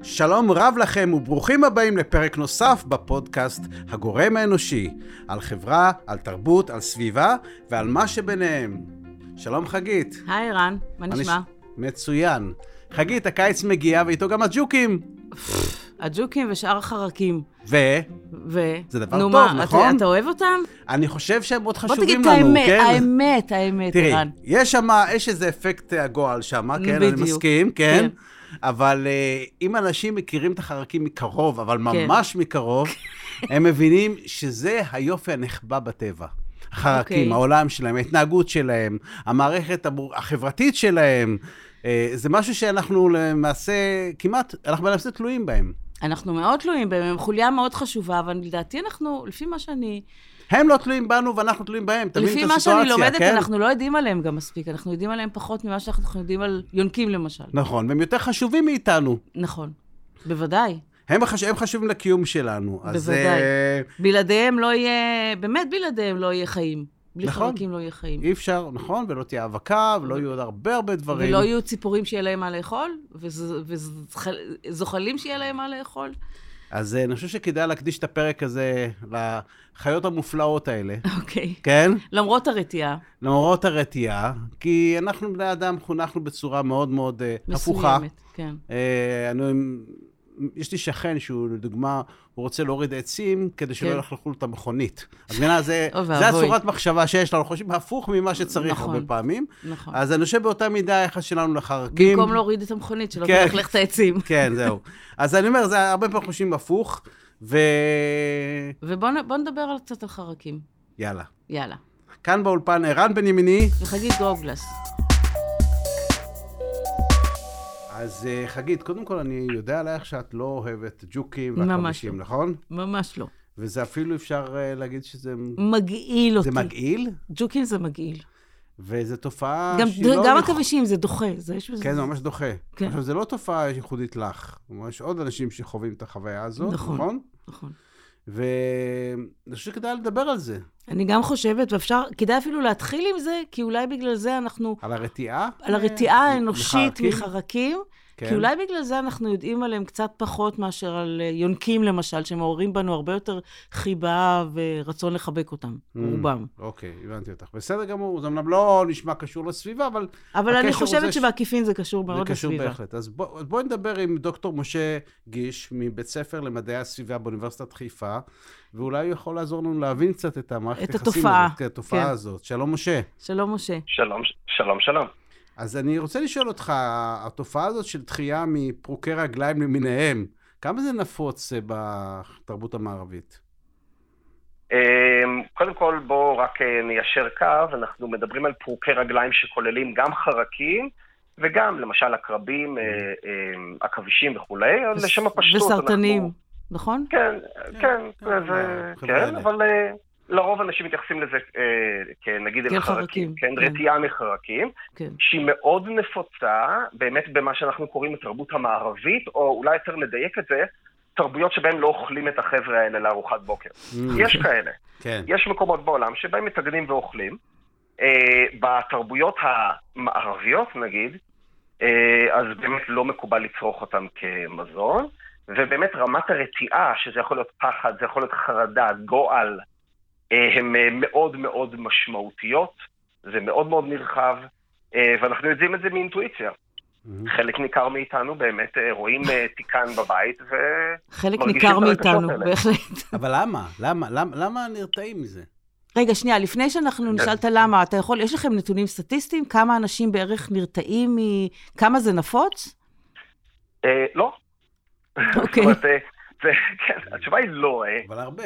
שלום רב לכם וברוכים הבאים לפרק נוסף בפודקאסט הגורם האנושי, על חברה, על תרבות, על סביבה ועל מה שביניהם. שלום חגית. היי ערן, מה נשמע? מצוין. חגית, הקיץ מגיע ואיתו גם הג'וקים. הג'וקים ושאר החרקים. זה דבר טוב, נכון? אתה אוהב אותם? אני חושב שהם מאוד חשובים לנו, כן? בוא תגיד את האמת, תראי, ערן. יש איזה אפקט הגועל שם, כן? אני מסכים, כן? אבל אם אנשים מכירים את החרקים מקרוב, אבל ממש מקרוב, הם מבינים שזה היופי הנחבא בטבע. החרקים, העולם שלהם, ההתנהגות שלהם, המערכת החברתית שלהם, זה משהו שאנחנו למעשה, כמעט, אנחנו למעשה תלויים בהם. אנחנו מאוד תלויים בהם, הם חוליה מאוד חשובה, אבל לדעתי אנחנו, לפי מה שאני... הם לא תלויים בנו ואנחנו תלויים בהם, תבין את הסיטואציה, כן? לפי מה שאני לומדת, אנחנו לא יודעים עליהם גם מספיק, אנחנו יודעים עליהם פחות ממה שאנחנו יודעים על יונקים למשל. נכון, והם יותר חשובים מאיתנו. נכון, בוודאי. הם חשובים לקיום שלנו. בוודאי. בלעדיהם לא יהיה, באמת בלעדיהם לא יהיה חיים. בלי חרקים לא יהיה חיים. אי אפשר, נכון, ולא תהיה אבקה, ולא יהיו עוד הרבה דברים. ולא יהיו ציפורים שיהיה להם מה לאכול, וזוחלים שיהיה להם מה לאכול. אז אני חושב שכדאי להקדיש את הפרק הזה לחיות המופלאות האלה. אוקיי. כן? למרות הרתיעה. למרות הרתיעה, כי אנחנו בני אדם חונכנו בצורה מאוד מאוד הפוכה. מסוימת, כן. יש לי שכן שהוא, לדוגמה, הוא רוצה להוריד עצים כדי שלא ילכלכו את המכונית. אז מבינה, זה הצורת מחשבה שיש לנו, חושבים הפוך ממה שצריך הרבה פעמים. נכון. אז אני חושב באותה מידה היחס שלנו לחרקים. במקום להוריד את המכונית, שלא תלכלך את העצים. כן, זהו. אז אני אומר, זה הרבה פעמים חושבים הפוך, ובוא נדבר קצת על חרקים. יאללה. כאן באולפן ערן בן ימיני. וחגית גוגלס. אז חגית, קודם כל אני יודע עלייך שאת לא אוהבת ג'וקים והקרבישים, נכון? ממש לא. וזה אפילו אפשר להגיד שזה... מגעיל אותי. זה מגעיל? ג'וקים זה מגעיל. וזו תופעה גם הקרבישים זה דוחה. כן, זה ממש דוחה. כן. עכשיו, זה לא תופעה ייחודית לך. יש עוד אנשים שחווים את החוויה הזאת, נכון? נכון. ואני חושב שכדאי לדבר על זה. אני גם חושבת, כדאי אפילו להתחיל עם זה, כי אולי בגלל זה אנחנו... על הרתיעה? על הרתיעה האנושית מחרקים, כי אולי בגלל זה אנחנו יודעים עליהם קצת פחות מאשר על יונקים למשל, שמעוררים בנו הרבה יותר חיבה ורצון לחבק אותם, רובם. אוקיי, הבנתי אותך. בסדר גמור, זה אמנם לא נשמע קשור לסביבה, אבל אני חושבת שבעקיפין זה קשור מאוד לסביבה. זה קשור בהחלט. אז בואי נדבר עם דוקטור משה גיש, מבית ספר למדעי הסביבה באוניברסיטת חיפה, ואולי הוא יכול לעזור לנו להבין קצת את המערכת היחסים הזאת, את התופעה הזאת. שלום משה. שלום משה. שלום. אז אני רוצה לשאול אותך, התופעה הזאת של דחייה מפרוקי רגליים למיניהם, כמה זה נפוץ בתרבות המערבית? קודם כל בואו רק ניישר קו, אנחנו מדברים על פרוקי רגליים שכוללים גם חרקים, וגם למשל הקרבים, עכבישים וכולי, לשם הפשטות. וסרטנים, נכון? כן, אבל... לרוב אנשים מתייחסים לזה כנגיד אל חרקים, כן, רתיעה מחרקים, שהיא מאוד נפוצה, באמת במה שאנחנו קוראים התרבות המערבית, או אולי יותר לדייק את זה, תרבויות שבהן לא אוכלים את החבר'ה האלה לארוחת בוקר. יש כאלה. יש מקומות בעולם שבהם מתגנים ואוכלים. בתרבויות המערביות, נגיד, אז באמת לא מקובל לצרוך אותם כמזון, ובאמת רמת הרתיעה, שזה יכול להיות פחד, זה יכול להיות חרדה, גועל, הן מאוד מאוד משמעותיות, זה מאוד מאוד נרחב, ואנחנו יודעים את זה מאינטואיציה. חלק ניכר מאיתנו באמת רואים תיקן בבית חלק ניכר מאיתנו, בהחלט. אבל למה נרתעים מזה? רגע, שנייה, לפני שאנחנו נשאלת למה, יש לכם נתונים סטטיסטיים? כמה אנשים בערך נרתעים כמה זה נפוץ? לא. אוקיי. התשובה היא לא. אבל הרבה.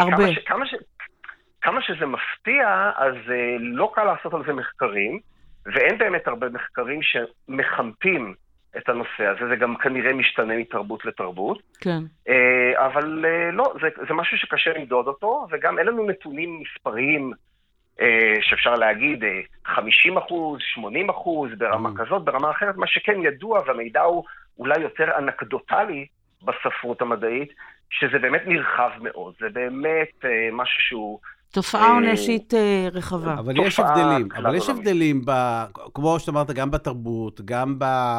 כמה שזה מפתיע, אז לא קל לעשות על זה מחקרים, ואין באמת הרבה מחקרים שמחמפים את הנושא הזה, זה גם כנראה משתנה מתרבות לתרבות. כן. אבל לא, זה משהו שקשה למדוד אותו, וגם אין לנו נתונים מספריים שאפשר להגיד 50%, 80% ברמה כזאת, ברמה אחרת, מה שכן ידוע, והמידע הוא אולי יותר אנקדוטלי בספרות המדעית, שזה באמת נרחב מאוד, זה באמת משהו שהוא תופעה אנושית רחבה. אבל יש הבדלים, כמו שאתה אמרת, גם בתרבות, גם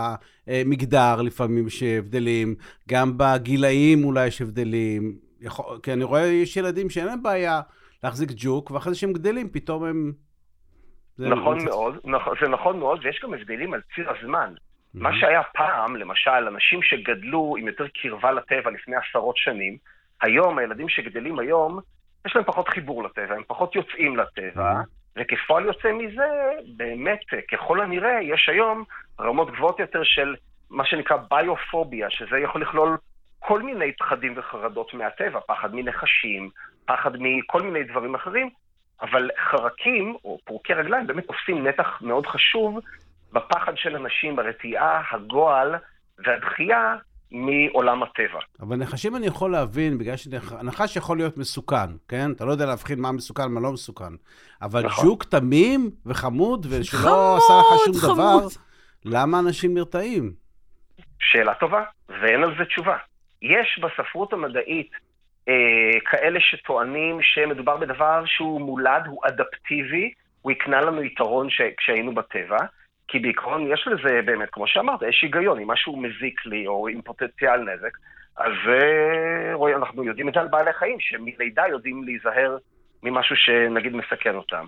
במגדר לפעמים יש הבדלים, גם בגילאים אולי יש הבדלים, כי אני רואה יש ילדים שאין להם בעיה להחזיק ג'וק, ואחרי זה שהם גדלים, פתאום הם... נכון מאוד, זה נכון מאוד, ויש גם הבדלים על ציר הזמן. מה שהיה פעם, למשל, אנשים שגדלו עם יותר קרבה לטבע לפני עשרות שנים, היום, הילדים שגדלים היום, יש להם פחות חיבור לטבע, הם פחות יוצאים לטבע, וכפועל יוצא מזה, באמת, ככל הנראה, יש היום רמות גבוהות יותר של מה שנקרא ביופוביה, שזה יכול לכלול כל מיני פחדים וחרדות מהטבע, פחד מנחשים, פחד מכל מיני דברים אחרים, אבל חרקים או פורקי רגליים באמת תופסים נתח מאוד חשוב בפחד של אנשים, ברתיעה, הגועל והדחייה מעולם הטבע. אבל נחשים אני יכול להבין, בגלל שנחש יכול להיות מסוכן, כן? אתה לא יודע להבחין מה מסוכן, מה לא מסוכן. אבל ג'וק תמים וחמוד, ושלא עשה לך שום דבר, למה אנשים נרתעים? שאלה טובה, ואין על זה תשובה. יש בספרות המדעית כאלה שטוענים שמדובר בדבר שהוא מולד, הוא אדפטיבי, הוא יקנה לנו יתרון כשהיינו בטבע, כי בעיקרון יש לזה באמת, כמו שאמרת, יש היגיון, אם משהו מזיק לי או עם פוטנציאל נזק, אז אנחנו יודעים את זה על בעלי חיים, שמלידה יודעים להיזהר ממשהו שנגיד מסכן אותם.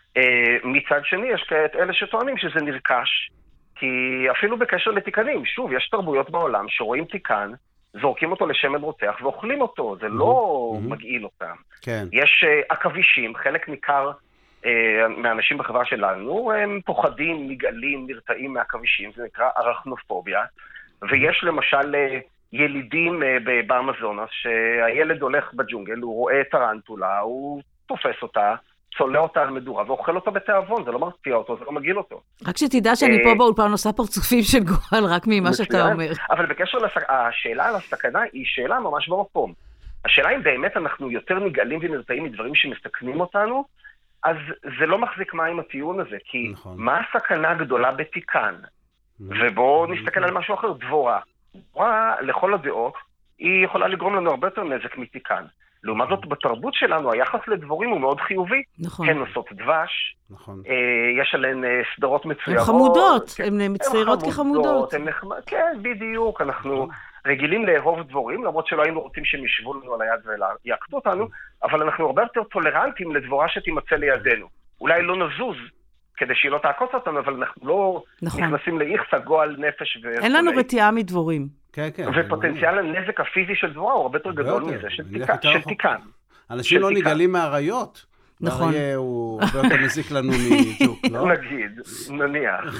מצד שני, יש כעת אלה שטוענים שזה נרכש, כי אפילו בקשר לתיקנים, שוב, יש תרבויות בעולם שרואים תיקן, זורקים אותו לשמן רותח ואוכלים אותו, זה לא מגעיל אותם. כן. יש עכבישים, חלק ניכר מהאנשים בחברה שלנו, הם פוחדים, נגעלים, נרתעים מעכבישים, זה נקרא ארכנופוביה, ויש למשל ילידים באמזונס, שהילד הולך בג'ונגל, הוא רואה טרנטולה, הוא תופס אותה, צולע אותה על מדורה ואוכל אותה בתיאבון, זה לא מרתיע אותו, זה לא מגעיל אותו. רק שתדע שאני פה באולפן עושה פרצופים של גועל, רק ממה שאתה אומר. אבל בקשר השאלה על הסכנה היא שאלה ממש במקום. השאלה אם באמת אנחנו יותר נגעלים ונרתעים מדברים שמסכנים אותנו, אז זה לא מחזיק מים הטיעון הזה, כי מה הסכנה הגדולה בתיקן? ובואו נסתכל על משהו אחר, דבורה. דבורה, לכל הדעות, היא יכולה לגרום לנו הרבה יותר נזק מתיקן. לעומת זאת, בתרבות שלנו, היחס לדבורים הוא מאוד חיובי. נכון. הן נושאות דבש, נכון. יש עליהן סדרות מצוירות. הן חמודות, הן מצטיירות כחמודות. כן, בדיוק, אנחנו רגילים לאהוב דבורים, למרות שלא היינו רוצים שהם ישבו לנו על היד ויעקדו אותנו, אבל אנחנו הרבה יותר טולרנטים לדבורה שתימצא לידינו. אולי לא נזוז כדי שהיא לא תעקוץ אותנו, אבל אנחנו לא נכנסים לאיכסה, גועל נפש וכו'. אין לנו רתיעה מדבורים. ופוטנציאל הנזק הפיזי של דבורה הוא הרבה יותר גדול מזה, של תיקן. אנשים לא נגלים מהאריות. נכון. האריה הוא הרבה יותר מזיק לנו מג'וק, לא? נגיד, נניח.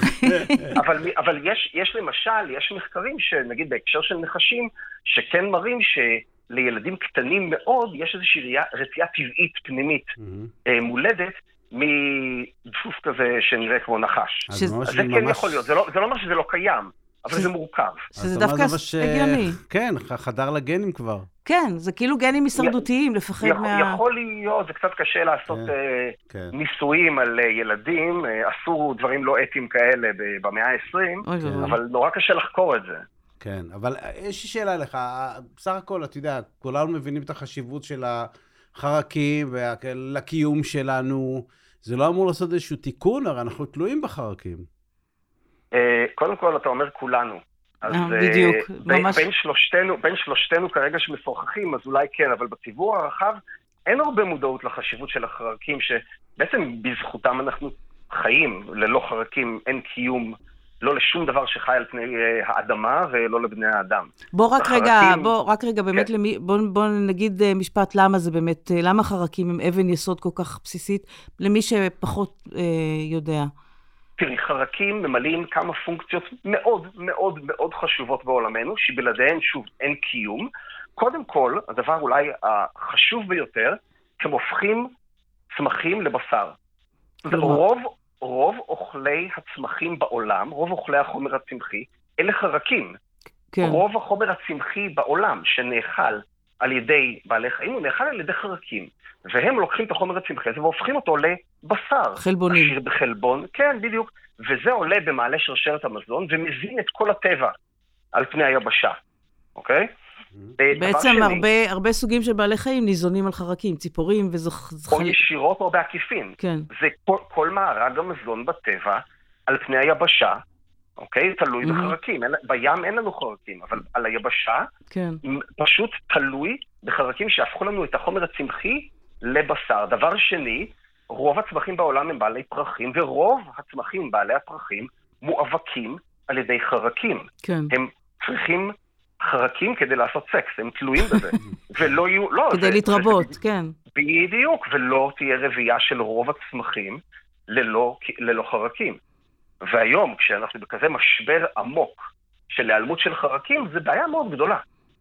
אבל יש למשל, יש מחקרים שנגיד בהקשר של נחשים, שכן מראים שלילדים קטנים מאוד יש איזושהי רתיעה טבעית פנימית מולדת, מדפוס כזה שנראה כמו נחש. זה כן יכול להיות, זה לא אומר שזה לא קיים. אבל זה מורכב. שזה דווקא הגיוני. כן, חדר לגנים כבר. כן, זה כאילו גנים הישרדותיים, לפחד מה... יכול להיות, זה קצת קשה לעשות ניסויים על ילדים, אסור דברים לא אתיים כאלה במאה ה-20, אבל נורא קשה לחקור את זה. כן, אבל יש לי שאלה לך, בסך הכל, אתה יודע, כולנו מבינים את החשיבות של החרקים ולקיום שלנו, זה לא אמור לעשות איזשהו תיקון, הרי אנחנו תלויים בחרקים. קודם כל, אתה אומר כולנו. בדיוק, ממש. בין שלושתנו כרגע שמשוחחים, אז אולי כן, אבל בציבור הרחב אין הרבה מודעות לחשיבות של החרקים, שבעצם בזכותם אנחנו חיים. ללא חרקים אין קיום, לא לשום דבר שחי על פני האדמה ולא לבני האדם. בוא רק רגע, באמת, בוא נגיד משפט למה זה באמת, למה חרקים הם אבן יסוד כל כך בסיסית, למי שפחות יודע. תראי, חרקים ממלאים כמה פונקציות מאוד מאוד מאוד חשובות בעולמנו, שבלעדיהן שוב אין קיום. קודם כל, הדבר אולי החשוב ביותר, הם הופכים צמחים לבשר. רוב אוכלי הצמחים בעולם, רוב אוכלי החומר הצמחי, אלה חרקים. כן. רוב החומר הצמחי בעולם שנאכל על ידי בעלי חיים, הוא נאכל על ידי חרקים. והם לוקחים את החומר הצמחי הזה והופכים אותו לבשר. חלבונים. עשיר בחלבון, כן, בדיוק. וזה עולה במעלה שרשרת המזון ומזין את כל הטבע על פני היבשה. אוקיי? בעצם הרבה סוגים של בעלי חיים ניזונים על חרקים, ציפורים או ישירות או בעקיפין. כן. זה כל מארג המזון בטבע על פני היבשה, אוקיי? תלוי בחרקים. בים אין לנו חרקים, אבל על היבשה פשוט תלוי בחרקים שהפכו לנו את החומר הצמחי לבשר. דבר שני, רוב הצמחים בעולם הם בעלי פרחים, ורוב הצמחים בעלי הפרחים מואבקים על ידי חרקים. כן. הם צריכים חרקים כדי לעשות סקס, הם תלויים בזה. ולא יהיו, לא, כדי להתרבות, כן. בדיוק, ולא תהיה רבייה של רוב הצמחים ללא חרקים. והיום, כשאנחנו בכזה משבר עמוק של להיעלמות של חרקים, זה בעיה מאוד גדולה.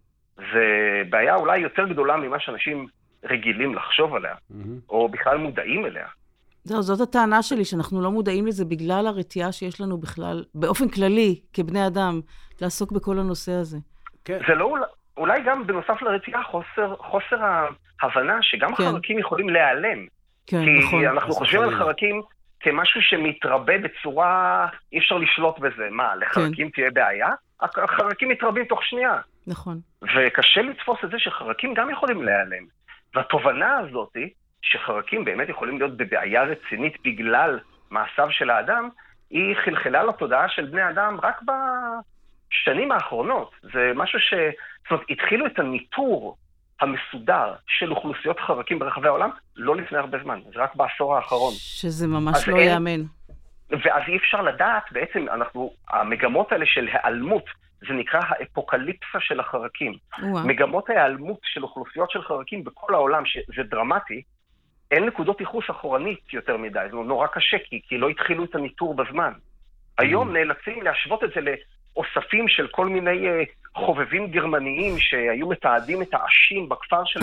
זה בעיה אולי יותר גדולה ממה שאנשים רגילים לחשוב עליה, או בכלל מודעים אליה. זאת הטענה שלי, שאנחנו לא מודעים לזה בגלל הרתיעה שיש לנו בכלל, באופן כללי, כבני אדם, לעסוק בכל הנושא הזה. זה לא, אולי גם בנוסף לרתיעה חוסר ההבנה שגם חרקים יכולים להיעלם. כן, כי נכון. אנחנו חושבים על חרקים כמשהו שמתרבה בצורה, אי אפשר לשלוט בזה. מה, לחרקים תהיה בעיה? החרקים מתרבים תוך שנייה. נכון. וקשה לתפוס את זה שחרקים גם יכולים להיעלם. והתובנה הזאת היא שחרקים באמת יכולים להיות בבעיה רצינית בגלל מעשיו של האדם, היא חלחלה לתודעה של בני אדם רק בשנים האחרונות. זה משהו זאת אומרת, התחילו את הניטור המסודר של אוכלוסיות חרקים ברחבי העולם, לא לפני הרבה זמן, זה רק בעשור האחרון. שזה ממש לא יאמן. ואז אי אפשר לדעת, בעצם המגמות האלה של העלמות, זה נקרא האפוקליפסה של החרקים. מגמות ההיעלמות של אוכלוסיות של חרקים בכל העולם, שזה דרמטי, אין נקודות ייחוס אחורנית יותר מדי, זה נורא קשה, כי לא התחילו את הניטור בזמן. היום נאלצים להשוות את זה לאוספים של כל מיני חובבים גרמניים שהיו מתעדים את האשים בכפר שלהם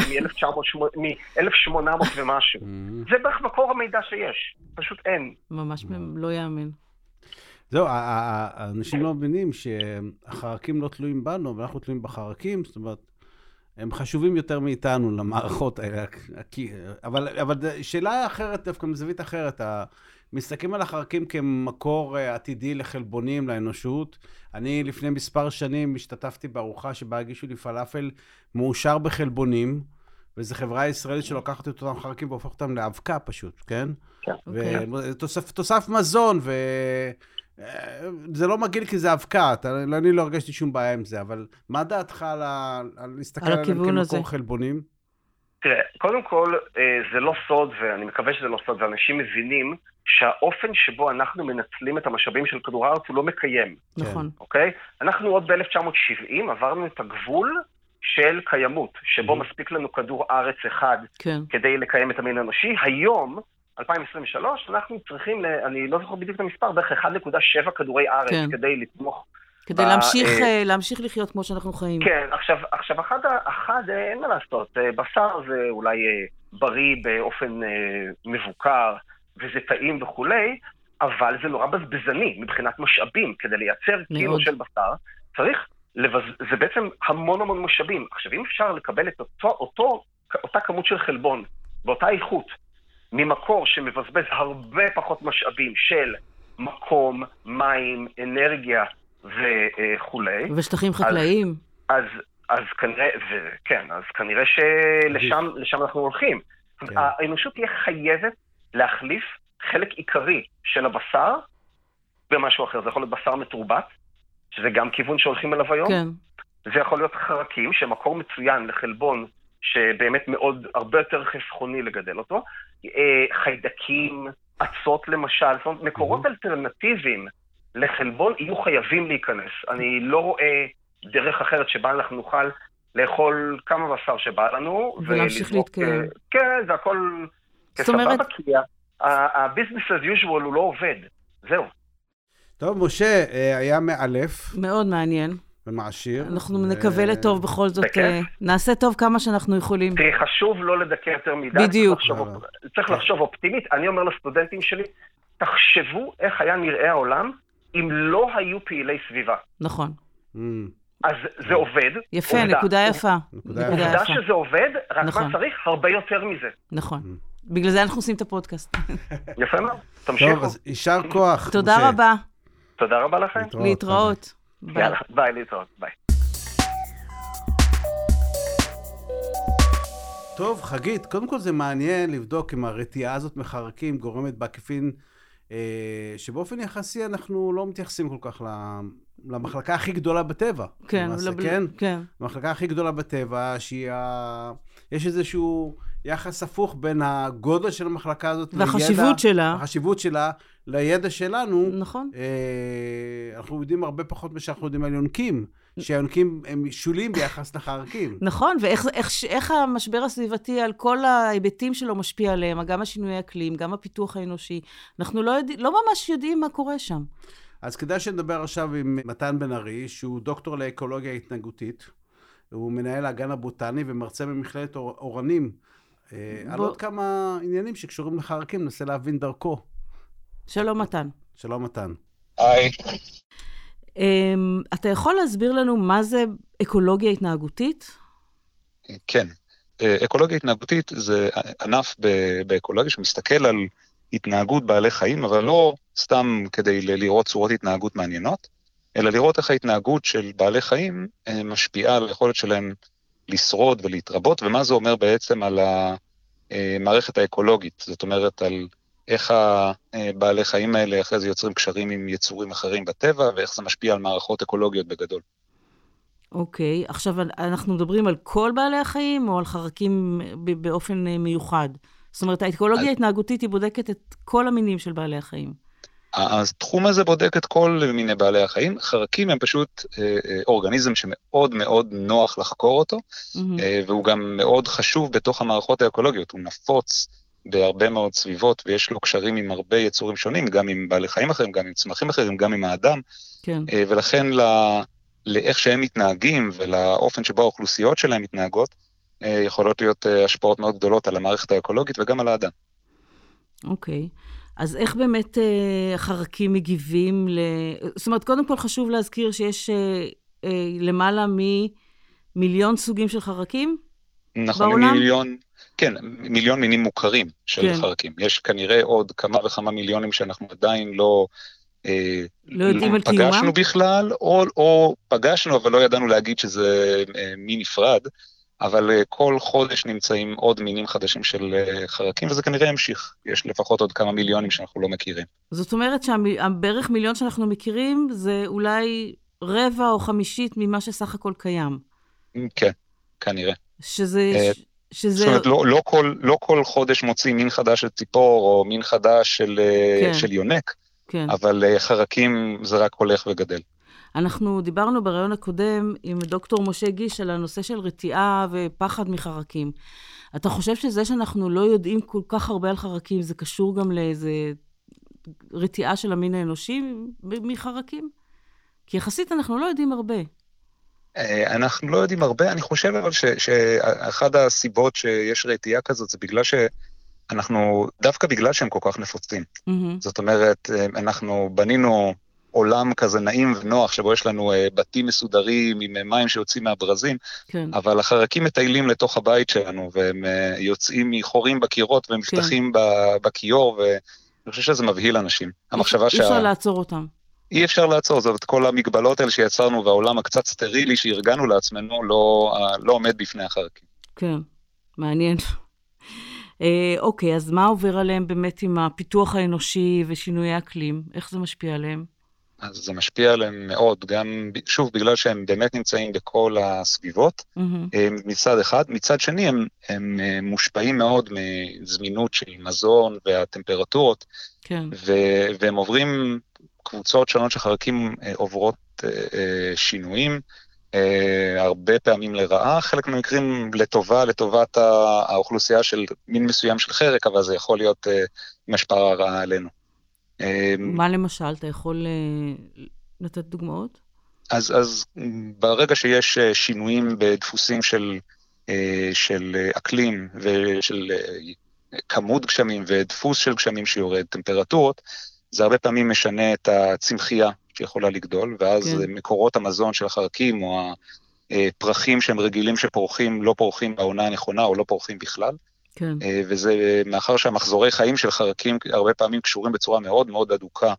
מ-1800 ומשהו. זה בערך מקור המידע שיש, פשוט אין. ממש לא יאמן. זהו, האנשים לא מבינים שהחרקים לא תלויים בנו, ואנחנו תלויים בחרקים, זאת אומרת, הם חשובים יותר מאיתנו למערכות האלה. אבל שאלה אחרת, דווקא מזווית אחרת, מסתכלים על החרקים כמקור עתידי לחלבונים, לאנושות. אני לפני מספר שנים השתתפתי בארוחה שבה הגישו לי פלאפל מאושר בחלבונים, וזו חברה ישראלית שלוקחת את אותם חרקים והופכת אותם לאבקה פשוט, כן? כן. ותוסף מזון, זה לא מגעיל כי זה אבקה, אני לא הרגשתי שום בעיה עם זה, אבל מה דעתך על להסתכל עליהם כמקור חלבונים? תראה, קודם כל, זה לא סוד, ואני מקווה שזה לא סוד, ואנשים מבינים שהאופן שבו אנחנו מנצלים את המשאבים של כדור הארץ הוא לא מקיים. נכון. אוקיי? אנחנו עוד ב-1970 עברנו את הגבול של קיימות, שבו מספיק לנו כדור ארץ אחד כדי לקיים את המין האנושי. היום, 2023, אנחנו צריכים, אני לא זוכר בדיוק את המספר, בערך 1.7 כדורי ארץ כדי לתמוך. כדי להמשיך לחיות כמו שאנחנו חיים. כן, עכשיו אחד אין מה לעשות, בשר זה אולי בריא באופן מבוקר, וזה טעים וכולי, אבל זה נורא בזבזני מבחינת משאבים, כדי לייצר קילו של בשר, צריך, זה בעצם המון משאבים. עכשיו, אם אפשר לקבל את אותה כמות של חלבון, באותה איכות, ממקור שמבזבז הרבה פחות משאבים של מקום, מים, אנרגיה וכולי. ושטחים חקלאיים. אז כנראה שלשם אנחנו הולכים. האנושות תהיה חייבת להחליף חלק עיקרי של הבשר במשהו אחר. זה יכול להיות בשר מתורבת, שזה גם כיוון שהולכים אליו היום. כן. זה יכול להיות חרקים, שמקור מצוין לחלבון, שבאמת הרבה יותר חסכוני לגדל אותו. חיידקים, עצות למשל, זאת אומרת, מקורות אלטרנטיביים לחלבון יהיו חייבים להיכנס. אני לא רואה דרך אחרת שבה אנחנו נוכל לאכול כמה בשר שבא לנו. ולהמשיך להתקיים. כן, זה הכל כסבבה, כי ה-business as usual הוא לא עובד. זהו. טוב, משה, היה מאלף. מאוד מעניין. ומעשיר. אנחנו נקווה לטוב בכל זאת. נעשה טוב כמה שאנחנו יכולים. חשוב לא לדכא יותר מדי. בדיוק. צריך לחשוב אופטימית. אני אומר לסטודנטים שלי, תחשבו איך היה נראה העולם אם לא היו פעילי סביבה. נכון. אז זה עובד. יפה, נקודה יפה. עובדה שזה עובד, רק מה צריך? הרבה יותר מזה. נכון. בגלל זה אנחנו עושים את הפודקאסט. יפה מאוד. תמשיכו. טוב, אז יישר כוח. תודה רבה. תודה רבה לכם. להתראות. יאללה, ביי, להתראות. ביי. טוב, חגית, קודם כל זה מעניין לבדוק אם הרתיעה הזאת מחרקים גורמת בעקיפין, שבאופן יחסי אנחנו לא מתייחסים כל כך למחלקה הכי גדולה בטבע. כן, כן. המחלקה הכי גדולה בטבע, יש איזשהו יחס הפוך בין הגודל של המחלקה הזאת והחשיבות שלה לידע שלנו. נכון. אנחנו יודעים הרבה פחות שאנחנו יודעים על יונקים, שהיונקים הם שולים ביחס לחרקים. נכון, ואיך המשבר הסביבתי על כל ההיבטים שלו משפיע עליהם, גם השינוי האקלים, גם הפיתוח האנושי. אנחנו לא ממש יודעים מה קורה שם. אז כדאי שנדבר עכשיו עם מתן בן ארי, שהוא דוקטור לאקולוגיה התנהגותית, הוא מנהל הגן הבוטני ומרצה במכללת אורנים, על עוד כמה עניינים שקשורים לחרקים, ננסה להבין דרכו. שלום מתן. שלום מתן. היי. אתה יכול להסביר לנו מה זה אקולוגיה התנהגותית? כן. אקולוגיה התנהגותית זה ענף באקולוגיה שמסתכל על התנהגות בעלי חיים, אבל לא סתם כדי לראות צורות התנהגות מעניינות, אלא לראות איך ההתנהגות של בעלי חיים משפיעה על היכולת שלהם לשרוד ולהתרבות, ומה זה אומר בעצם על המערכת האקולוגית. זאת אומרת, על איך הבעלי חיים האלה אחרי זה יוצרים קשרים עם יצורים אחרים בטבע, ואיך זה משפיע על מערכות אקולוגיות בגדול. אוקיי, עכשיו אנחנו מדברים על כל בעלי החיים, או על חרקים באופן מיוחד? זאת אומרת, האקולוגיה ההתנהגותית היא בודקת את כל המינים של בעלי החיים. התחום הזה בודק את כל מיני בעלי החיים. חרקים הם פשוט אורגניזם שמאוד מאוד נוח לחקור אותו, והוא גם מאוד חשוב בתוך המערכות האקולוגיות. הוא נפוץ בהרבה מאוד סביבות, ויש לו קשרים עם הרבה יצורים שונים, גם עם בעלי חיים אחרים, גם עם צמחים אחרים, גם עם האדם. כן. ולכן לאיך שהם מתנהגים, ולאופן שבו האוכלוסיות שלהם מתנהגות, יכולות להיות השפעות מאוד גדולות על המערכת האקולוגית וגם על האדם. אוקיי. אז איך באמת החרקים מגיבים זאת אומרת, קודם כל חשוב להזכיר שיש למעלה ממיליון סוגים של חרקים נכון, בעולם? מיליון מינים מוכרים של חרקים. יש כנראה עוד כמה וכמה מיליונים שאנחנו עדיין לא יודעים על קיומם? פגשנו בכלל, או פגשנו, אבל לא ידענו להגיד שזה מין נפרד. אבל כל חודש נמצאים עוד מינים חדשים של חרקים, וזה כנראה ימשיך. יש לפחות עוד כמה מיליונים שאנחנו לא מכירים. זאת אומרת שהבערך מיליון שאנחנו מכירים, זה אולי רבע או חמישית ממה שסך הכל קיים. כן, כנראה. שזה... זאת אומרת, לא כל חודש מוציא מין חדש של ציפור, או מין חדש של יונק, אבל חרקים זה רק הולך וגדל. אנחנו דיברנו ברעיון הקודם עם דוקטור משה גיש על הנושא של רתיעה ופחד מחרקים. אתה חושב שזה שאנחנו לא יודעים כל כך הרבה על חרקים, זה קשור גם לאיזה רתיעה של המין האנושי מחרקים? כי יחסית אנחנו לא יודעים הרבה. אנחנו לא יודעים הרבה, אני חושב אבל שאחד הסיבות שיש רתיעה כזאת, זה בגלל דווקא בגלל שהם כל כך נפוצים. זאת אומרת, אנחנו בנינו עולם כזה נעים ונוח, שבו יש לנו בתים מסודרים עם מים שיוצאים מהברזים, כן. אבל החרקים מטיילים לתוך הבית שלנו, והם יוצאים מחורים בקירות, והם מפתחים בכיור, ואני חושב שזה מבהיל אנשים. אי אפשר לעצור אותם. אי אפשר לעצור, זאת כל המגבלות האלה שיצרנו, והעולם הקצת סטרילי שארגנו לעצמנו, לא עומד בפני החרקים. כן, מעניין. אוקיי, אז מה עובר עליהם באמת עם הפיתוח האנושי ושינוי אקלים? איך זה משפיע עליהם? אז זה משפיע עליהם מאוד, גם שוב בגלל שהם באמת נמצאים בכל הסביבות, מצד אחד, מצד שני הם מושפעים מאוד מזמינות של מזון והטמפרטורות, כן. והם עוברים, קבוצות שונות של חרקים עוברות שינויים, הרבה פעמים לרעה, חלק מהמקרים לטובת האוכלוסייה של מין מסוים של חרק, אבל זה יכול להיות משפעה רעה עלינו. מה למשל? אתה יכול לתת דוגמאות? אז ברגע שיש שינויים בדפוסים של אקלים ושל כמות גשמים ודפוס של גשמים שיורד, טמפרטורות, זה הרבה פעמים משנה את הצמחייה שיכולה לגדול, ואז כן. מקורות המזון של החרקים או הפרחים שהם רגילים שפורחים, לא פורחים בעונה הנכונה או לא פורחים בכלל. כן. וזה מאחר שהמחזורי חיים של חרקים הרבה פעמים קשורים בצורה מאוד מאוד אדוקה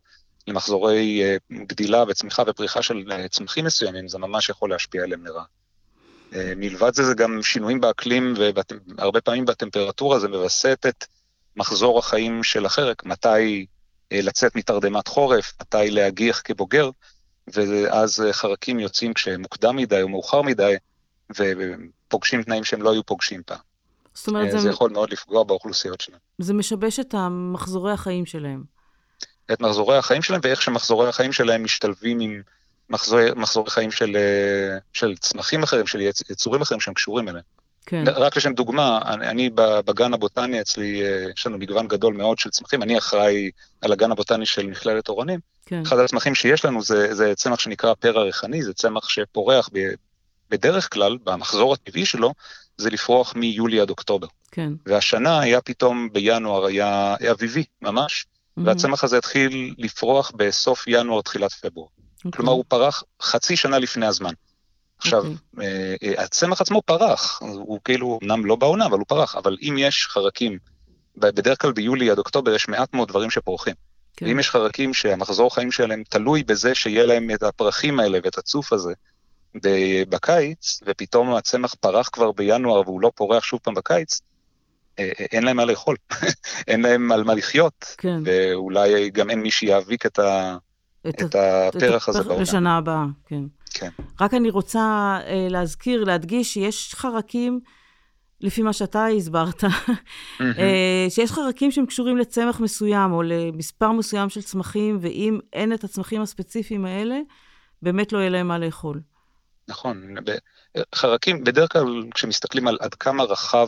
למחזורי גדילה וצמיחה ופריחה של צמחים מסוימים, זה ממש יכול להשפיע עליהם לרעה. מלבד זה גם שינויים באקלים, והרבה פעמים בטמפרטורה זה מבסט את מחזור החיים של החרק, מתי לצאת מתרדמת חורף, מתי להגיח כבוגר, ואז חרקים יוצאים כשמוקדם מדי או מאוחר מדי, ופוגשים תנאים שהם לא היו פוגשים פעם. זאת אומרת, זה יכול מאוד לפגוע באוכלוסיות שלהם. זה משבש את מחזורי החיים שלהם. את מחזורי החיים שלהם, ואיך שמחזורי החיים שלהם משתלבים עם מחזורי חיים של צמחים אחרים, של יצורים אחרים שהם קשורים אליהם. כן. רק לשם דוגמה, אני בגן הבוטני אצלי, יש לנו מגוון גדול מאוד של צמחים, אני אחראי על הגן הבוטני של מכללת אורנים. כן. אחד הצמחים שיש לנו זה צמח שנקרא פרא ריחני, זה צמח שפורח בדרך כלל, במחזור הטבעי שלו, זה לפרוח מיולי עד אוקטובר. כן. והשנה היה פתאום בינואר, היה אביבי ממש, והצמח הזה התחיל לפרוח בסוף ינואר, תחילת פברואר. כלומר, הוא פרח חצי שנה לפני הזמן. עכשיו, הצמח עצמו פרח, הוא כאילו, אמנם לא בעונה, אבל הוא פרח, אבל אם יש חרקים, בדרך כלל ביולי עד אוקטובר יש מעט מאוד דברים שפורחים. ואם יש חרקים שהמחזור חיים שלהם תלוי בזה שיהיה להם את הפרחים האלה ואת הצוף הזה בקיץ, ופתאום הצמח פרח כבר בינואר והוא לא פורח שוב פעם בקיץ, אין להם מה לאכול, אין להם על מה לחיות, ואולי גם אין מי שיאביק את הפרח הזה בעונה. לשנה הבאה, כן. כן. רק אני רוצה להדגיש שיש חרקים, לפי מה שאתה הסברת, שיש חרקים שהם קשורים לצמח מסוים, או למספר מסוים של צמחים, ואם אין את הצמחים הספציפיים האלה, באמת לא יהיה להם מה לאכול. נכון. חרקים, בדרך כלל כשמסתכלים על עד כמה רחב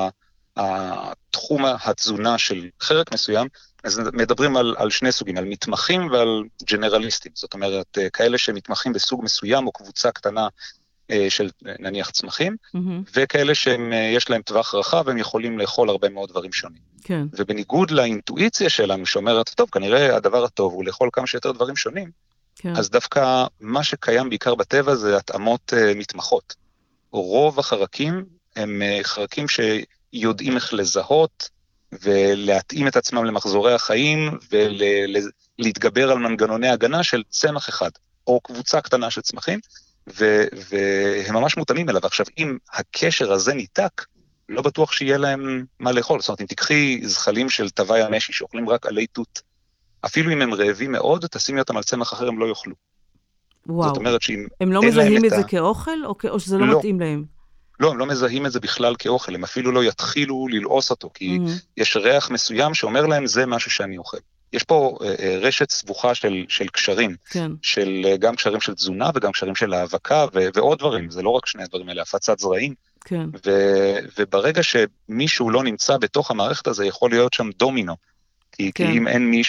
התחום התזונה של חרק מסוים, אז מדברים על שני סוגים, על מתמחים ועל ג'נרליסטים. זאת אומרת, כאלה שמתמחים בסוג מסוים או קבוצה קטנה של נניח צמחים, וכאלה שיש להם טווח רחב, הם יכולים לאכול הרבה מאוד דברים שונים. כן. ובניגוד לאינטואיציה שלנו, שאומרת, טוב, כנראה הדבר הטוב הוא לאכול כמה שיותר דברים שונים, כן. אז דווקא מה שקיים בעיקר בטבע זה התאמות מתמחות. רוב החרקים הם חרקים שיודעים איך לזהות, ולהתאים את עצמם למחזורי החיים, ולהתגבר על מנגנוני הגנה של צמח אחד, או קבוצה קטנה של צמחים, והם ממש מותאמים אליו. עכשיו, אם הקשר הזה ניתק, לא בטוח שיהיה להם מה לאכול. זאת אומרת, אם תקחי זחלים של טווי המשי, שאוכלים רק עלי תות, אפילו אם הם רעבים מאוד, תשימי אותם על צמח אחר, הם לא יאכלו. וואו. זאת אומרת שאם הם לא מזהים את זה כאוכל, או שזה לא מתאים להם? לא, הם לא מזהים את זה בכלל כאוכל, הם אפילו לא יתחילו ללעוס אותו, כי יש ריח מסוים שאומר להם, זה משהו שאני אוכל. יש פה רשת סבוכה של קשרים, של גם קשרים של תזונה וגם קשרים של האבקה ועוד דברים, זה לא רק שני הדברים האלה, הפצת זרעים, וברגע שמישהו לא נמצא בתוך המערכת הזה, יכול להיות שם דומינו, כי אם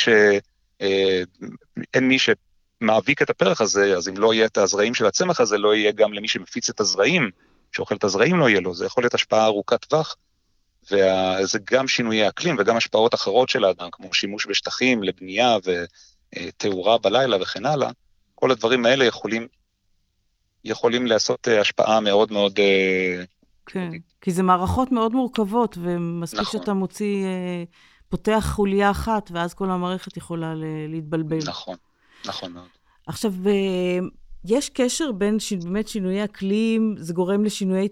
אין מי שמאביק את הפרח הזה, אז אם לא יהיה את הזרעים של הצמח הזה, לא יהיה גם למי שמפיץ את הזרעים, שאוכל את הזרעים לא יהיה לו, זה יכול להיות השפעה ארוכת טווח, וזה גם שינויי אקלים וגם השפעות אחרות של האדם, כמו שימוש בשטחים לבנייה ותאורה בלילה וכן הלאה, כל הדברים האלה יכולים לעשות השפעה מאוד מאוד... כן, כי זה מערכות מאוד מורכבות, ומספיק שאתה מוציא, פותח חוליה אחת, ואז כל המערכת יכולה להתבלבל. נכון מאוד. עכשיו, יש קשר בין באמת שינויי אקלים, זה גורם לשינויי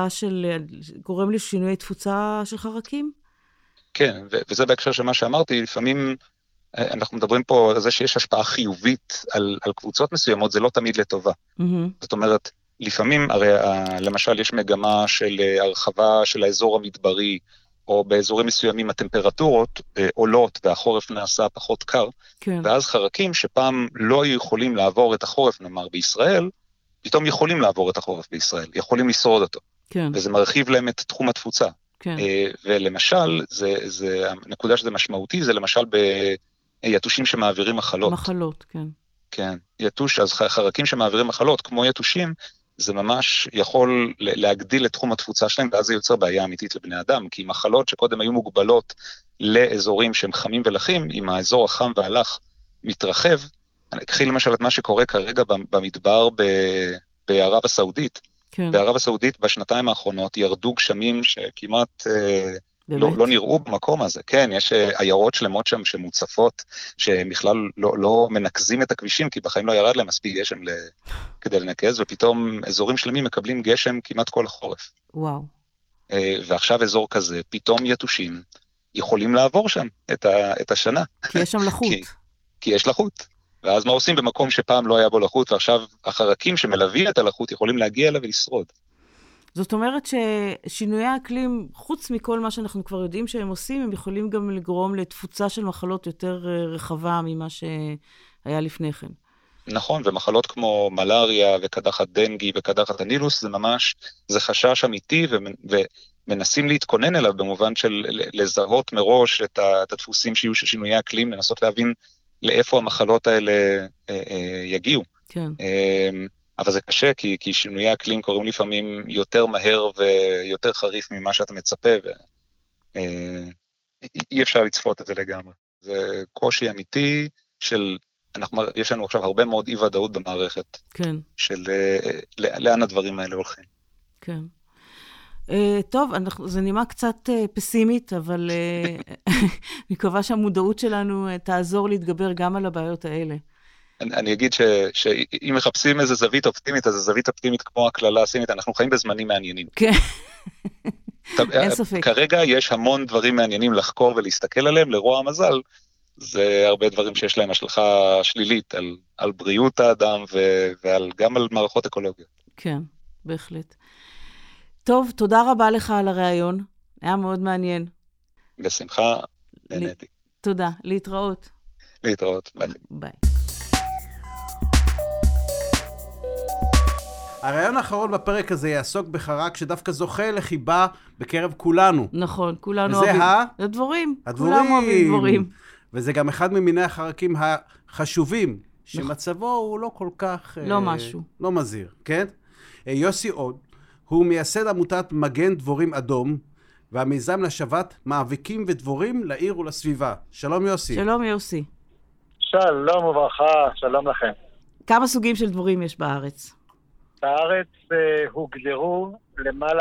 תפוצה של חרקים? כן, וזה בהקשר של מה שאמרתי, לפעמים אנחנו מדברים פה על זה שיש השפעה חיובית על קבוצות מסוימות, זה לא תמיד לטובה. זאת אומרת, לפעמים, הרי למשל יש מגמה של הרחבה של האזור המדברי, או באזורים מסוימים הטמפרטורות עולות והחורף נעשה פחות קר, כן. ואז חרקים שפעם לא היו יכולים לעבור את החורף, נאמר בישראל, פתאום יכולים לעבור את החורף בישראל, יכולים לשרוד אותו, כן. וזה מרחיב להם את תחום התפוצה. כן. ולמשל, הנקודה שזה משמעותי, זה למשל ביתושים שמעבירים מחלות. מחלות, כן. כן, יתוש, אז חרקים שמעבירים מחלות, כמו יתושים, זה ממש יכול להגדיל את תחום התפוצה שלהם, ואז זה יוצר בעיה אמיתית לבני אדם, כי מחלות שקודם היו מוגבלות לאזורים שהם חמים ולחים, אם האזור החם והלח מתרחב, אני אקחי למשל את מה שקורה כרגע במדבר בערב הסעודית. כן. בערב הסעודית בשנתיים האחרונות ירדו גשמים שכמעט לא נראו במקום הזה. כן, יש עיירות שלמות שם שמוצפות, שבכלל לא מנקזים את הכבישים, כי בחיים לא ירד להם מספיק גשם כדי לנקז, ופתאום אזורים שלמים מקבלים גשם כמעט כל החורף. וואו. ועכשיו אזור כזה, פתאום יתושים, יכולים לעבור שם את השנה. כי יש שם לחות. כי יש לחות. ואז מה עושים במקום שפעם לא היה בו לחות, ועכשיו החרקים שמלווים את הלחות יכולים להגיע אליו ולשרוד. זאת אומרת ששינויי האקלים, חוץ מכל מה שאנחנו כבר יודעים שהם עושים, הם יכולים גם לגרום לתפוצה של מחלות יותר רחבה ממה שהיה לפני כן. נכון, ומחלות כמו מלריה וקדחת דנגי וקדחת הנילוס, זה ממש, זה חשש אמיתי ומנסים להתכונן אליו במובן של לזהות מראש את הדפוסים שיהיו של שינויי האקלים, לנסות להבין לאיפה המחלות האלה יגיעו. כן. אבל זה קשה, כי שינויי האקלים קורים לפעמים יותר מהר ויותר חריף ממה שאתה מצפה, ואי אפשר לצפות את זה לגמרי. זה קושי אמיתי יש לנו עכשיו הרבה מאוד אי-ודאות במערכת. כן. של לאן הדברים האלה הולכים. כן. טוב, זה נראה קצת פסימית, אבל מקווה שהמודעות שלנו תעזור להתגבר גם על הבעיות האלה. אני אגיד שאם מחפשים איזו זווית אופטימית, אז הזווית אופטימית כמו הכללה הסינית, אנחנו חיים בזמנים מעניינים. כן, אין ספק. כרגע יש המון דברים מעניינים לחקור ולהסתכל עליהם, לרוע המזל, זה הרבה דברים שיש להם השלכה שלילית על בריאות האדם וגם על מערכות אקולוגיות. כן, בהחלט. טוב, תודה רבה לך על הרעיון, היה מאוד מעניין. בשמחה, נהניתי. תודה, להתראות. להתראות, ביי. הרעיון האחרון בפרק הזה יעסוק בחרק שדווקא זוכה לחיבה בקרב כולנו. נכון, כולנו אוהבים. וזה הדבורים. כולם אוהבים דבורים. וזה גם אחד ממיני החרקים החשובים, שמצבו הוא לא כל כך... לא משהו. לא מזהיר, כן? יוסי עוד, הוא מייסד עמותת מגן דבורים אדום, והמיזם להשבת מאביקים ודבורים לעיר ולסביבה. שלום יוסי. שלום יוסי. שלום וברכה, שלום לכם. כמה סוגים של דבורים יש בארץ? בארץ הוגדרו למעלה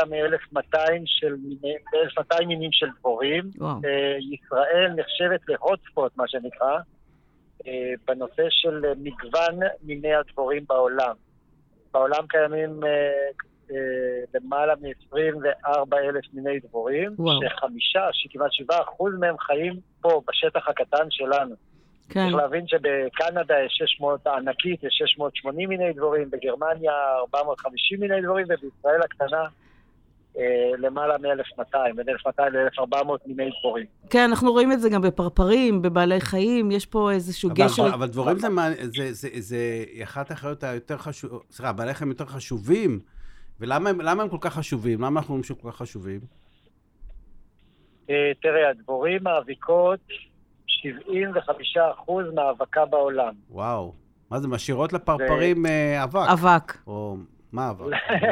מ-1200 מינים של דבורים. ישראל נחשבת להוטספוט, מה שנקרא, בנושא של מגוון מיני הדבורים בעולם. בעולם קיימים למעלה מ-24,000 מיני דבורים, שכמעט 7% מהם חיים פה, בשטח הקטן שלנו. כן. צריך להבין שבקנדה יש 600, הענקית יש 680 מיני דבורים, בגרמניה 450 מיני דבורים, ובישראל הקטנה למעלה מ-1200, בין 1200 ל-1400 מיני דבורים. כן, אנחנו רואים את זה גם בפרפרים, בבעלי חיים, יש פה איזשהו גשר. אבל דבורים זה אחת החיות היותר חשובות, סליחה, בעלי חיים יותר חשובים, ולמה הם כל כך חשובים? למה אנחנו אומרים שהם כל כך חשובים? תראה, הדבורים האביקות, 75% מהאבקה בעולם. וואו. מה זה, משאירות לפרפרים אבק? אבק. או מה אבק?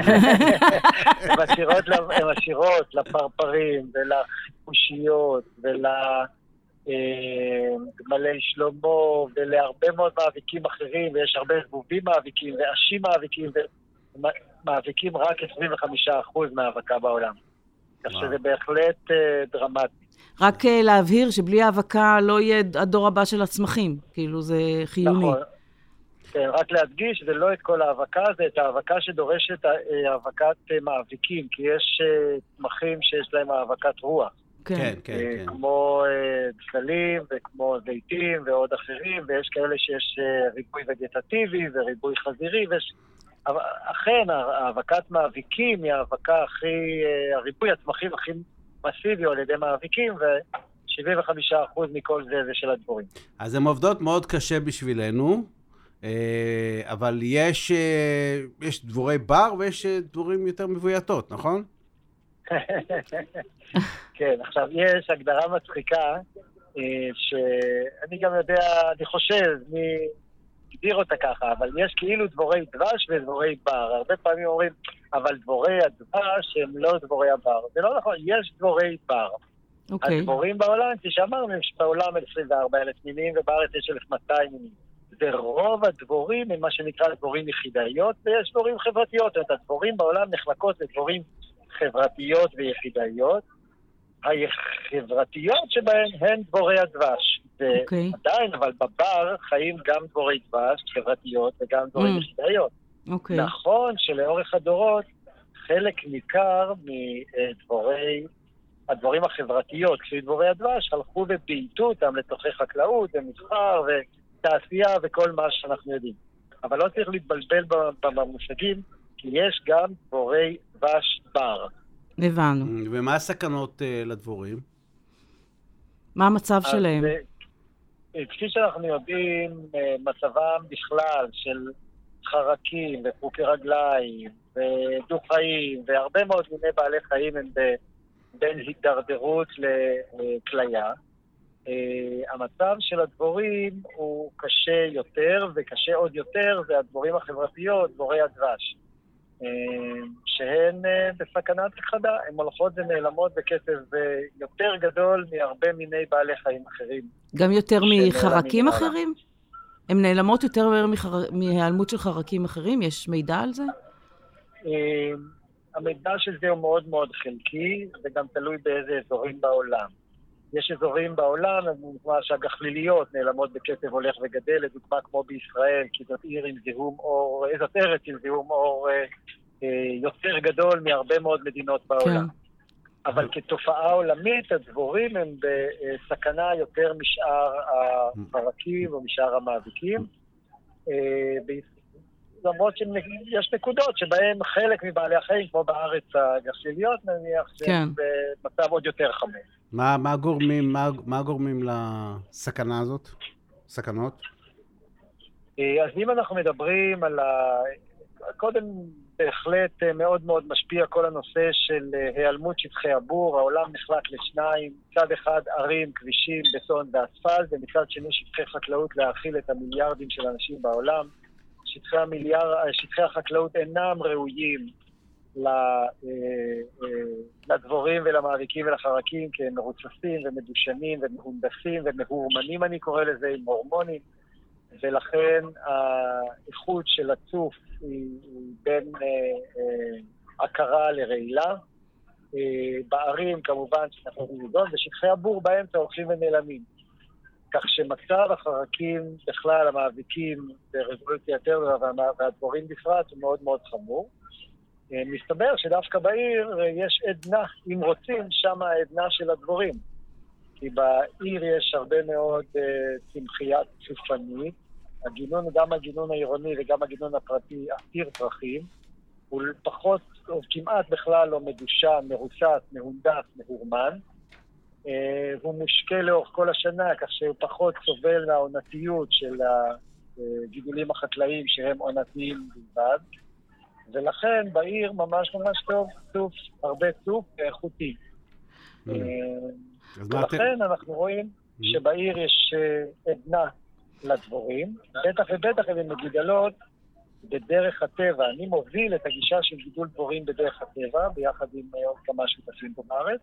משאירות לפרפרים ולחיפושיות ולגמלי שלמה ולהרבה מאוד מאביקים אחרים, ויש הרבה זבובים מאביקים ואשים מאביקים, ומאביקים רק 25% מהאבקה בעולם. כך שזה בהחלט דרמטי. רק להבהיר שבלי האבקה לא יהיה הדור הבא של הצמחים, כאילו זה חיוני. נכון. כן, רק להדגיש, זה לא את כל האבקה, זה את האבקה שדורשת האבקת מאביקים, כי יש צמחים שיש להם האבקת רוח. כן, כן. כמו דקלים וכמו זיתים ועוד אחרים, ויש כאלה שיש ריבוי וגטטיבי וריבוי חזירי, אכן, האבקת מאביקים היא האבקה הריבוי הצמחים הכי מסיבי על ידי מאביקים, ו-75% מכל זה של הדבורים. אז הן עובדות מאוד קשה בשבילנו, אבל יש דבורי בר ויש דבורים יותר מבויתות, נכון? כן, עכשיו יש הגדרה מצחיקה, שאני גם יודע, אני חושב, מי הגדיר אותה ככה, אבל יש כאילו דבורי דבש ודבורי בר. הרבה פעמים אומרים, אבל דבורי הדבש הם לא דבורי הבר. זה לא נכון, יש דבורי בר. הדבורים בעולם, כשאמרנו, יש בעולם 24,000 מינים, ובארץ יש 1,200 מינים. ורוב הדבורים הם מה שנקרא דבורים יחידאיות, ויש דבורים חברתיות. זאת אומרת, הדבורים בעולם נחלקות לדבורים חברתיות ויחידאיות. החברתיות שבהן הן דבורי הדבש. ועדיין, אבל בבר חיים גם דבורי דבש חברתיות וגם דבורי יחידאיות. נכון שלאורך הדורות חלק ניכר הדבורים החברתיות, כשדבורי הדבש הלכו ובייתו אותם לתוכי חקלאות ומסחר ותעשייה וכל מה שאנחנו יודעים. אבל לא צריך להתבלבל במושגים, כי יש גם דבורי דבש בר. הבנו. ומה הסכנות לדבורים? מה המצב שלהם? כפי שאנחנו יודעים, מצבם בכלל של חרקים ופרוקי רגליים ודו-חיים והרבה מאוד מיני בעלי חיים הם בין הידרדרות לכליה. המצב של הדבורים הוא קשה יותר, וקשה עוד יותר זה הדבורים החברתיות, דבורי הדבש, שהן בסכנת הכחדה. הן הולכות ונעלמות בקצב יותר גדול מהרבה מיני בעלי חיים אחרים. גם יותר מחרקים אחרים? הן נעלמות יותר מהיעלמות של חרקים אחרים? יש מידע על זה? המידע של זה הוא מאוד מאוד חלקי, וגם תלוי באיזה אזורים בעולם. יש אזורים בעולם, לדוגמה שהגחליליות נעלמות בקצב הולך וגדל, לדוגמה כמו בישראל, כי זאת עיר עם זיהום אור, זאת ארץ עם זיהום אור יותר גדול מהרבה מאוד מדינות בעולם. אבל כתופעה עולמית, הדבורים הם בסכנה יותר משאר החרקים או משאר המאביקים. למרות שיש נקודות שבהן חלק מבעלי החיים, כמו בארץ הגחליליות נניח, שהם במצב עוד יותר חמור. מה גורמים לסכנה הזאת? סכנות? אז אם אנחנו מדברים על קודם בהחלט מאוד מאוד משפיע כל הנושא של היעלמות שטחי הבור. העולם נחלק לשניים, מצד אחד ערים, כבישים, בטון ואספלט, ומצד שני שטחי חקלאות להאכיל את המיליארדים של אנשים בעולם. שטחי החקלאות אינם ראויים לדבורים ולמאביקים ולחרקים, כי הם מרוצפים ומדושנים ומהונדסים ומהורמנים, אני קורא לזה, עם הורמונים, ולכן האיכות של הצוף היא בין הכרה לרעילה. בערים כמובן שאנחנו נדון, ושטחי הבור באמצע הולכים ונעלמים. כך שמצב החרקים בכלל, המאביקים ברזולוציה יותר והדבורים בפרט הוא מאוד מאוד חמור. מסתבר שדווקא בעיר יש עדנה, אם רוצים, שם העדנה של הדבורים. כי בעיר יש הרבה מאוד צמחייה צופנית. הגינון, גם הגינון העירוני וגם הגינון הפרטי עתיר פרחים. הוא פחות, או כמעט בכלל לא מדושן, מרוסס, מהונדס, מהורמן. והוא מושקע לאורך כל השנה, כך שהוא פחות סובל מהעונתיות של הגידולים החקלאיים שהם עונתיים בלבד. ולכן בעיר ממש ממש טוב צוף, הרבה צוף ואיכותי. ולכן אנחנו רואים שבעיר יש עדנה לדבורים, בטח ובטח הן מגודלות בדרך הטבע. אני מוביל את הגישה של גידול דבורים בדרך הטבע, ביחד עם עוד כמה שותפים בארץ.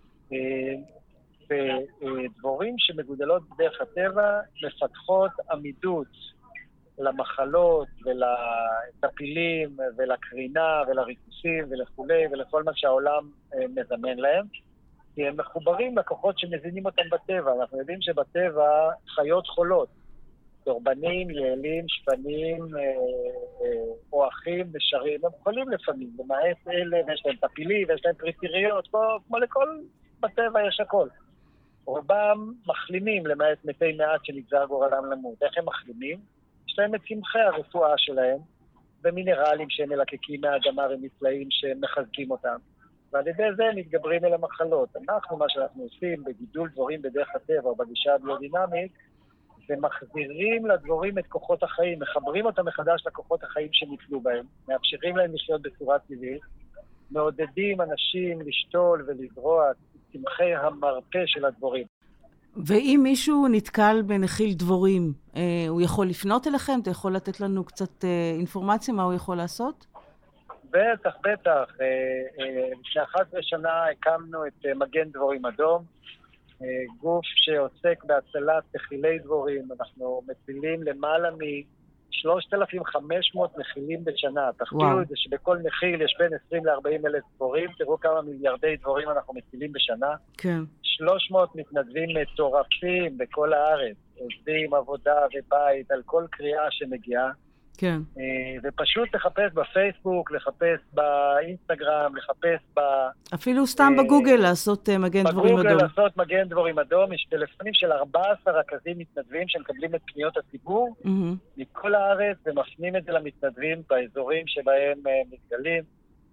ודבורים שמגודלות בדרך הטבע מפתחות עמידות למחלות ולטפילים ולקרינה ולריכוסים ולכולי ולכל מה שהעולם מזמן להם, כי הם מחוברים לכוחות שמזינים אותם בטבע. אנחנו יודעים שבטבע חיות חולות, דורבנים, יעלים, שפנים, אוהכים, נשרים, הם חולים לפעמים, למעט אלה, ויש להם טפילים ויש להם פריטיריות, כמו לכל בטבע יש הכל. רובם מחלימים, למעט מתי מעט שנגזר גורלם למות. איך הם מחלימים? יש להם את צמחי הרפואה שלהם, במינרלים שהם מלקקים מהאדמה ומפלאים שמחזקים אותם. ועל ידי זה מתגברים אל המחלות. אנחנו, מה שאנחנו עושים בגידול דבורים בדרך הטבע או בגישה הביודינמית, זה מחזירים לדבורים את כוחות החיים, מחברים אותם מחדש לכוחות החיים שניטלו בהם, מאפשרים להם לחיות בצורה טבעית, מעודדים אנשים לשתול ולזרוע צמחי המרפא של הדבורים. ואם מישהו נתקל בנחיל דבורים, הוא יכול לפנות אליכם? אתה יכול לתת לנו קצת אינפורמציה מה הוא יכול לעשות? בטח, בטח. לפני 11 שנה הקמנו את מגן דבורים אדום, גוף שעוסק בהצלת נחילי דבורים. אנחנו מצילים למעלה 3,500 נחילים בשנה. תחתירו את זה שבכל נחיל יש בין 20 ל-40 אלף דבורים, תראו כמה מיליארדי דבורים אנחנו מצילים בשנה. כן. 300 מתנדבים מטורפים בכל הארץ, עובדים, עבודה ובית, על כל קריאה שמגיעה. כן. ופשוט לחפש בפייסבוק, לחפש באינסטגרם, לחפש אפילו סתם בגוגל לעשות מגן דבורים אדום. בגוגל לעשות מגן דבורים אדום, יש טלפונים של 14 רכזים מתנדבים שמקבלים את פניות הציבור מכל הארץ, ומפנים את זה למתנדבים באזורים שבהם מתגלים,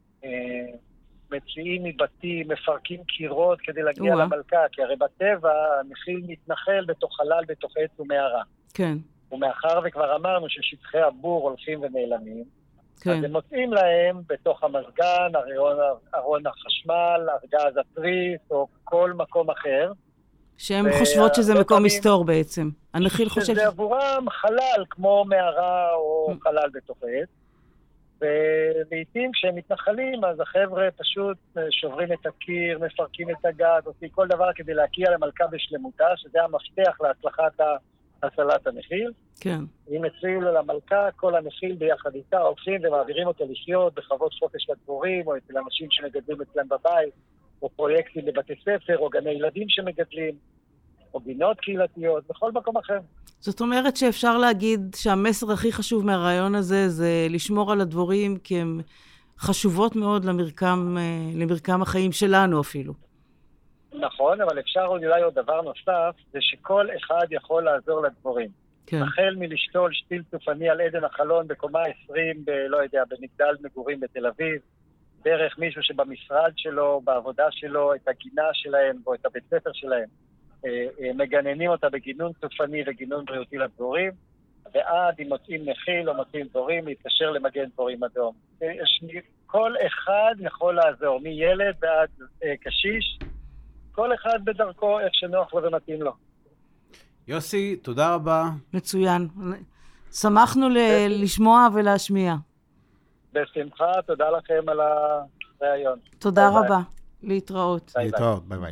מציעים מבתים, מפרקים קירות כדי להגיע למלכה, כי הרי בטבע הנחיל מתנחל בתוך חלל, בתוך עץ ומערה. כן. ומאחר וכבר אמרנו ששטחי הבור הולכים ונעלמים, כן. אז הם מוצאים להם בתוך המזגן, ארון החשמל, ארגז התריס, או כל מקום אחר. שהן חושבות שזה מקום מסתור בעצם. הנחיל חושב שזה עבורם חלל, כמו מערה או חלל בתוך עץ. ולעיתים כשהם מתנחלים, אז החבר'ה פשוט שוברים את הקיר, מפרקים את הגג, עושים כל דבר כדי להגיע למלכה בשלמותה, שזה המפתח להצלחת הצלת הנחיל. כן. אם הצילו למלכה, כל הנחיל ביחד איתה הולכים ומעבירים אותו לחיות בחוות חופש לדבורים, או אצל אנשים שמגדלים אצלם בבית, או פרויקטים בבתי ספר, או גני ילדים שמגדלים, או גינות קהילתיות, בכל מקום אחר. זאת אומרת שאפשר להגיד שהמסר הכי חשוב מהרעיון הזה זה לשמור על הדבורים, כי הן חשובות מאוד למרקם החיים שלנו אפילו. נכון, אבל אפשר אולי עוד דבר נוסף, זה שכל אחד יכול לעזור לדבורים. כן. החל מלשתול שתיל סופני על עדן החלון בקומה 20, לא יודע, במגדל מגורים בתל אביב, דרך מישהו שבמשרד שלו, בעבודה שלו, את הגינה שלהם או את הבית ספר שלהם, מגננים אותה בגינון סופני וגינון בריאותי לדבורים, ועד אם מוצאים נחיל או מוצאים דבורים, להתקשר למגן דבורים אדום. כל אחד יכול לעזור, מילד ועד קשיש, כל אחד בדרכו, איך שנוח לו ומתאים לו. יוסי, תודה רבה. מצוין. שמחנו לשמוע ולהשמיע. בשמחה, תודה לכם על הרעיון. תודה רבה. להתראות. להתראות, ביי ביי.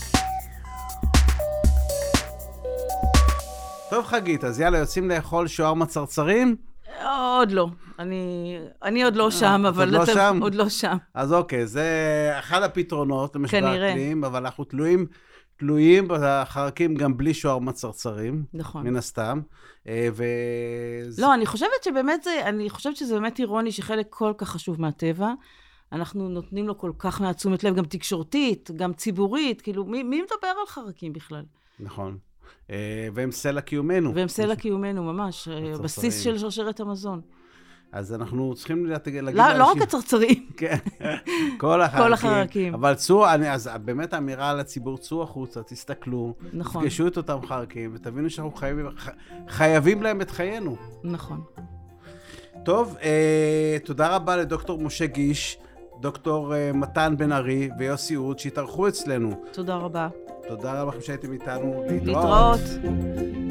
טוב חגית, אז יאללה, יוצאים לאכול שוער מצרצרים? עוד לא. אני עוד לא שם, אבל אתם עוד לא שם. אז אוקיי, זה אחד הפתרונות למשבר האקלים, אבל אנחנו תלויים בחרקים גם בלי שוער מצרצרים. נכון. מן הסתם. לא, אני חושבת שזה באמת אירוני שחלק כל כך חשוב מהטבע. אנחנו נותנים לו כל כך מעצומת לב, גם תקשורתית, גם ציבורית. כאילו, מי מדבר על חרקים בכלל? נכון. והם סלע קיומנו. והם סלע קיומנו, ממש. בסיס של שרשרת המזון. אז אנחנו צריכים להגיד לא רק הצרצרים. כן, כל החרקים. אבל אז באמת האמירה על הציבור, צאו החוצה, תסתכלו, תפגשו את אותם חרקים, ותבינו שאנחנו חייבים להם את חיינו. נכון. טוב, תודה רבה לדוקטור משה גיש, דוקטור מתן בן ארי ויוסי אוד שהתארחו אצלנו. תודה רבה. תודה רבה לכם שהייתם איתנו. להתראות.